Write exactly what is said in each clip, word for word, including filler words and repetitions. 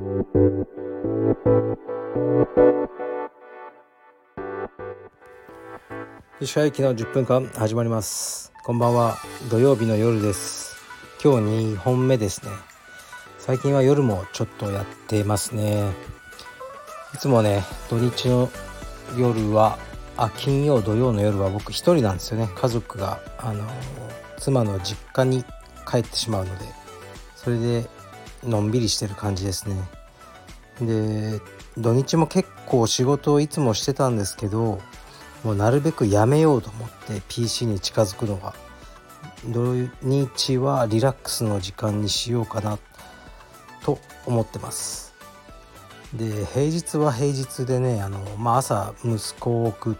石川行きのじゅっぷんかん始まります。こんばんは。土曜日の夜です。今日にほんめですね。最近は夜もちょっとやってますね。いつもね、土日の夜はあ金曜土曜の夜は僕一人なんですよね。家族があの妻の実家に帰ってしまうので、それでのんびりしてる感じですね。で、土日も結構仕事をいつもしてたんですけど、もうなるべくやめようと思って ピーシー に近づくのが、土日はリラックスの時間にしようかなと思ってます。で、平日は平日でね、あの、まあ、朝息子を送って、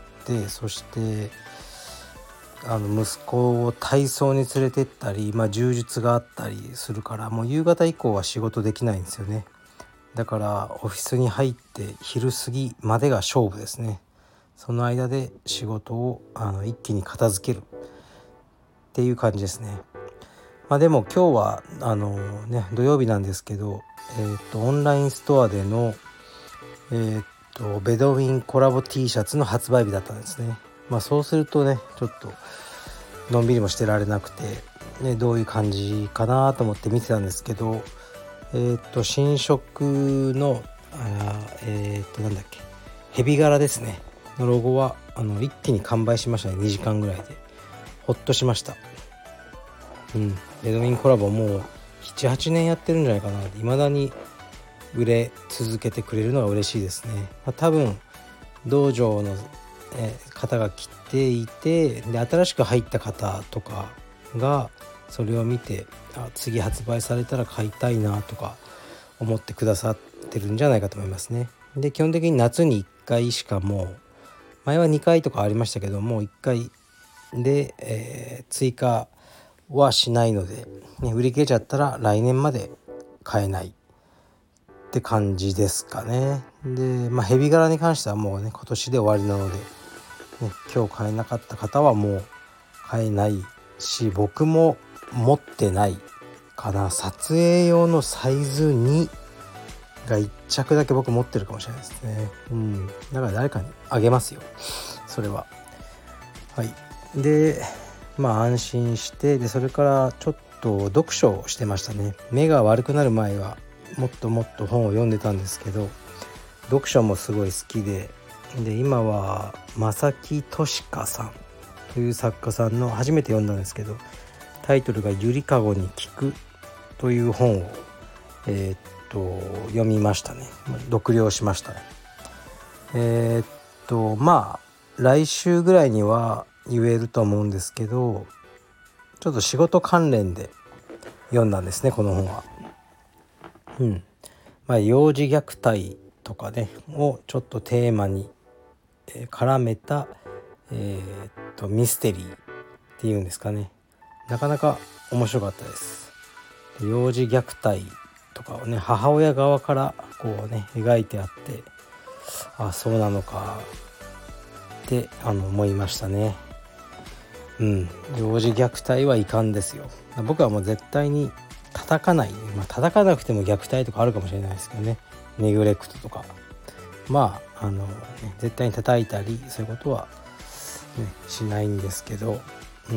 そしてあの息子を体操に連れてったり、まあ、柔術があったりするから、もう夕方以降は仕事できないんですよね。だからオフィスに入って昼過ぎまでが勝負ですね。その間で仕事をあの一気に片付けるっていう感じですね。まあでも今日はあのね土曜日なんですけど、えー、とオンラインストアでの、えー、とベドウィンコラボ T シャツの発売日だったんですね。まあそうするとね、ちょっとのんびりもしてられなくて、ね、どういう感じかなと思って見てたんですけど、えー、と新色のあえー、となんだっけヘビ柄ですねのロゴはあの一気に完売しましたね。にじかんぐらいでほっとしました。うん、ベドウィンコラボもうななはちねんやってるんじゃないかな。未だに売れ続けてくれるのは嬉しいですね。まあ、多分道場のえ方が来ていて、で新しく入った方とかがそれを見て、あ次発売されたら買いたいなとか思ってくださってるんじゃないかと思いますね。で、基本的に夏にいっかいしか、もう前はにかいとかありましたけどもういっかいで、えー、追加はしないので、ね、売り切れちゃったら来年まで買えないって感じですかね。で、まあ、ヘビ柄に関してはもうね今年で終わりなので、ね、今日買えなかった方はもう買えないし、僕も持ってないかな。撮影用のサイズにがいっ着だけ僕持ってるかもしれないですね。うん、だから誰かにあげますよ、それは。はい。で、まあ安心して、でそれからちょっと読書をしてましたね。目が悪くなる前はもっともっと本を読んでたんですけど、読書もすごい好きで、で今は正木俊香さんという作家さんの初めて読んだんですけど、タイトルがゆりかごに聞くという本を、えー、っと読みましたね。読了しましたね。えー、っとまあ来週ぐらいには言えると思うんですけど、ちょっと仕事関連で読んだんですね、この本は。うん。まあ幼児虐待とかねをちょっとテーマに絡めた、えー、っとミステリーっていうんですかね。なかなか面白かったです。幼児虐待とかをね母親側からこうね描いてあって、あ、そうなのかってあの思いましたね。うん、幼児虐待はいかんですよ。僕はもう絶対に叩かない、まあ、叩かなくても虐待とかあるかもしれないですけどね、ネグレクトとか、まああの、ね、絶対に叩いたりそういうことは、ね、しないんですけど、うん、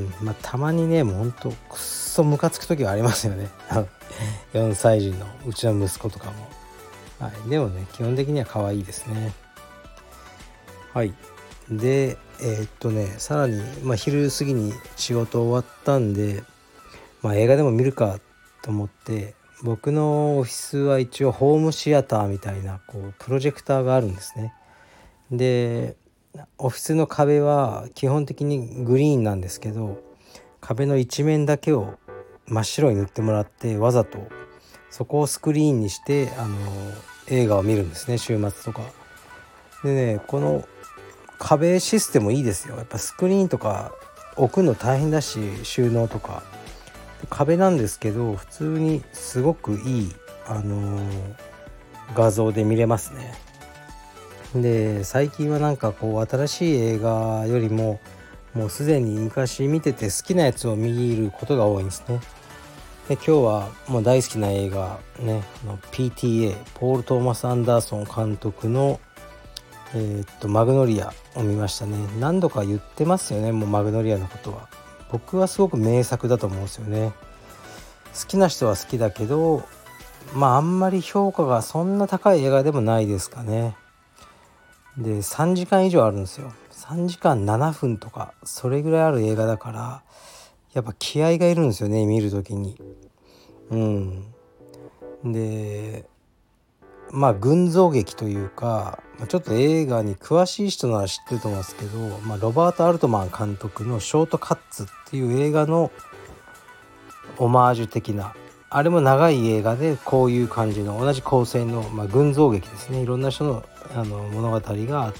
まあたまにねもうほんとくっそムカつく時はありますよねよんさい児のうちの息子とかも、はい、でもね基本的には可愛いですね。はい。でえー、っとねさらに、まあ、昼過ぎに仕事終わったんで、まあ、映画でも見るかと思って、僕のオフィスは一応ホームシアターみたいなこうプロジェクターがあるんですね。でオフィスの壁は基本的にグリーンなんですけど、壁の一面だけを真っ白に塗ってもらって、わざとそこをスクリーンにしてあの映画を見るんですね、週末とかでね。この壁システムいいですよ。やっぱスクリーンとか置くの大変だし、収納とか壁なんですけど普通にすごくいい、あのー、画像で見れますね。で最近はなんかこう新しい映画よりももうすでに昔見てて好きなやつを見ることが多いんですね。 で今日はもう大好きな映画ね、あの ピーティーエー ポール・トーマス・アンダーソン監督のえー、っとマグノリアを見ましたね。何度か言ってますよね、もうマグノリアのことは。僕はすごく名作だと思うんですよね。好きな人は好きだけど、まああんまり評価がそんな高い映画でもないですかね。でさんじかん以上あるんですよ。さんじかんななふんとかそれぐらいある映画だから、やっぱ気合がいるんですよね、見るときに。うんでまあ群像劇というか、ちょっと映画に詳しい人なら知ってると思うんですけど、まあ、ロバート・アルトマン監督のショートカッツっていう映画のオマージュ的な、あれも長い映画でこういう感じの同じ構成の、まあ、群像劇ですね。いろんな人の、あの物語があって、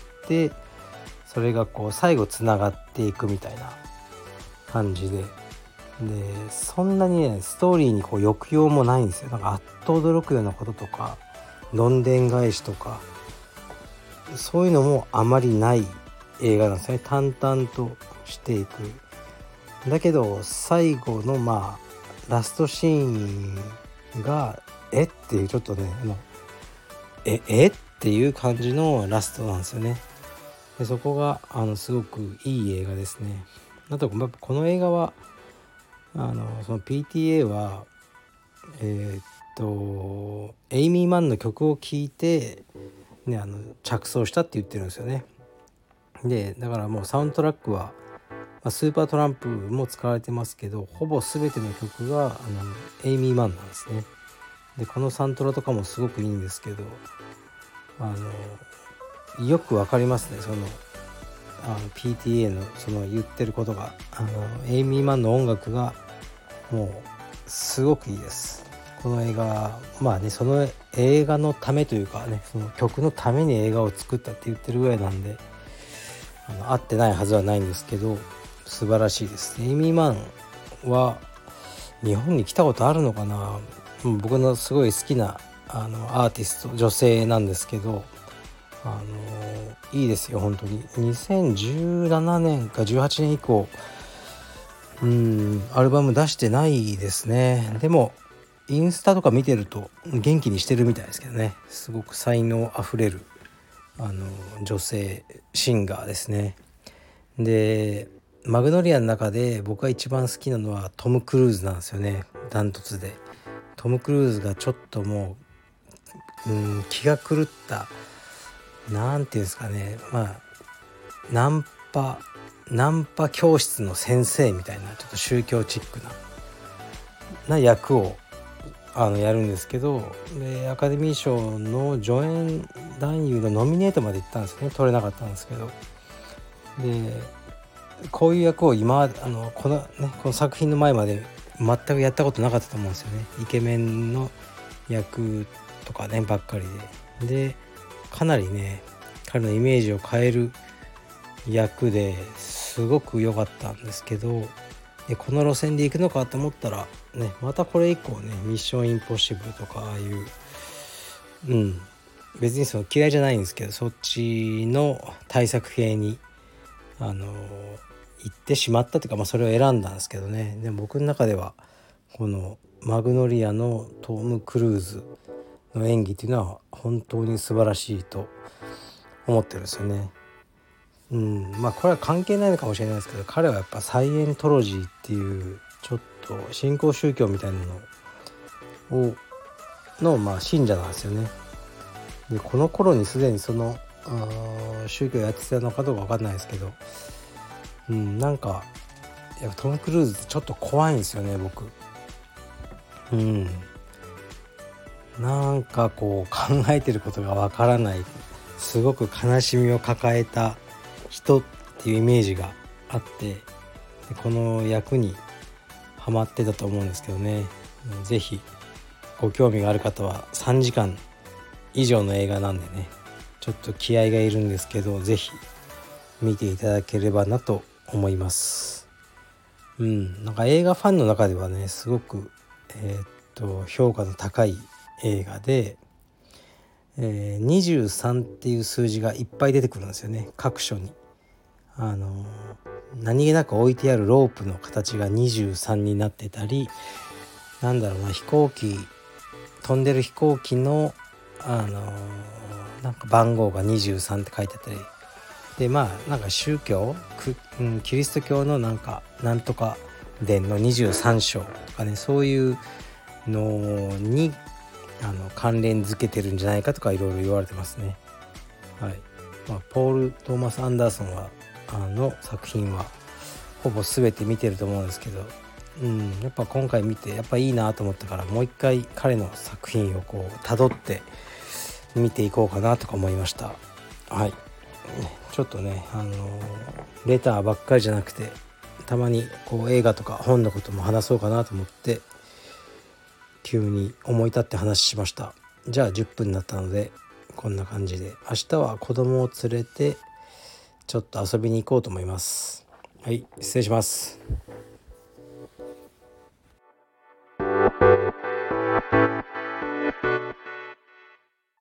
それがこう最後つながっていくみたいな感じで、でそんなにねストーリーにこう抑揚もないんですよ。なんかあっと驚くようなこととかどんでん返しとかそういうのもあまりない映画なんですね。淡々としていく。だけど最後のまあラストシーンがえっていうちょっとねあのええっていう感じのラストなんですよね。でそこがあのすごくいい映画ですね。あとこの映画はあのその ピーティーエー はえー、っとエイミー・マンの曲を聴いて、ね、あの着想したって言ってるんですよね。でだからもうサウンドトラックは、まあ、スーパートランプも使われてますけど、ほぼ全ての曲があのエイミー・マンなんですね。でこのサントラとかもすごくいいんですけど、あのよくわかりますね、そのあの ピーティーエー のその言ってることが。あのエイミー・マンの音楽がもうすごくいいです。この映画まあねその映画のためというかね、その曲のために映画を作ったって言ってるぐらいなんで、あの合ってないはずはないんですけど素晴らしいです。エイミー・マンは日本に来たことあるのかな。僕のすごい好きなあのアーティスト女性なんですけど、あのいいですよ本当に。にせんじゅうななねんかじゅうはちねん以降うんアルバム出してないですね。でもインスタとか見てると元気にしてるみたいですけどね。すごく才能あふれるあの女性シンガーですね。でマグノリアの中で僕が一番好きなのはトム・クルーズなんですよね。ダントツでトム・クルーズがちょっともう、うん、気が狂ったなんていうんですかね、まあナンパナンパ教室の先生みたいなちょっと宗教チックなな役をあのやるんですけど、でアカデミー賞の助演男優のノミネートまで行ったんですね。取れなかったんですけど、でこういう役を今あのこのねこの作品の前まで全くやったことなかったと思うんですよね。イケメンの役とかねばっかりで、でかなりね彼のイメージを変える役ですごく良かったんですけど、でこの路線で行くのかと思ったらね、またこれ以降ねミッションインポッシブルとかああいううん別にその嫌いじゃないんですけど、そっちの対策系にあの行ってしまったというか、まあそれを選んだんですけどね。でも僕の中ではこのマグノリアのトム・クルーズの演技っていうのは本当に素晴らしいと思ってるんですよね。うんまあこれは関係ないのかもしれないですけど、彼はやっぱサイエントロジーっていうちょっと新興宗教みたいなのをのまあ信者なんですよね。でこの頃にすでにその宗教やってたのかどうか分かんないですけど、うん、なんかやっぱトム・クルーズってちょっと怖いんですよね僕。うんなんかこう考えてることが分からない、すごく悲しみを抱えた人っていうイメージがあって、でこの役にハマってたと思うんですけどね。ぜひご興味がある方はさんじかん以上の映画なんでね、ちょっと気合がいるんですけどぜひ見ていただければなと思います。うんなんか映画ファンの中ではねすごくえー、っと評価の高い映画で、えー、にじゅうさんっていう数字がいっぱい出てくるんですよね。各所にあの何気なく置いてあるロープの形がにじゅうさんになってたり、 なんだろうな飛行機飛んでる飛行機のあのーなんか番号がにじゅうさんって書いてあったりで、まあなんか宗教く、うん、キリスト教のなんかなんとか伝のにじゅうさん章とかね、そういうのにあの関連づけてるんじゃないかとかいろいろ言われてますね。はい。まあ、ポール・トーマス・アンダーソンはあの作品はほぼ全て見てると思うんですけど、うん、やっぱ今回見てやっぱいいなと思ったからもう一回彼の作品をこう辿って見ていこうかなとか思いました。はい。ちょっとねあのレターばっかりじゃなくてたまにこう映画とか本のことも話そうかなと思って急に思い立って話しました。じゃあじゅっぷんになったのでこんな感じで明日は子供を連れてちょっと遊びに行こうと思います。はい、失礼します。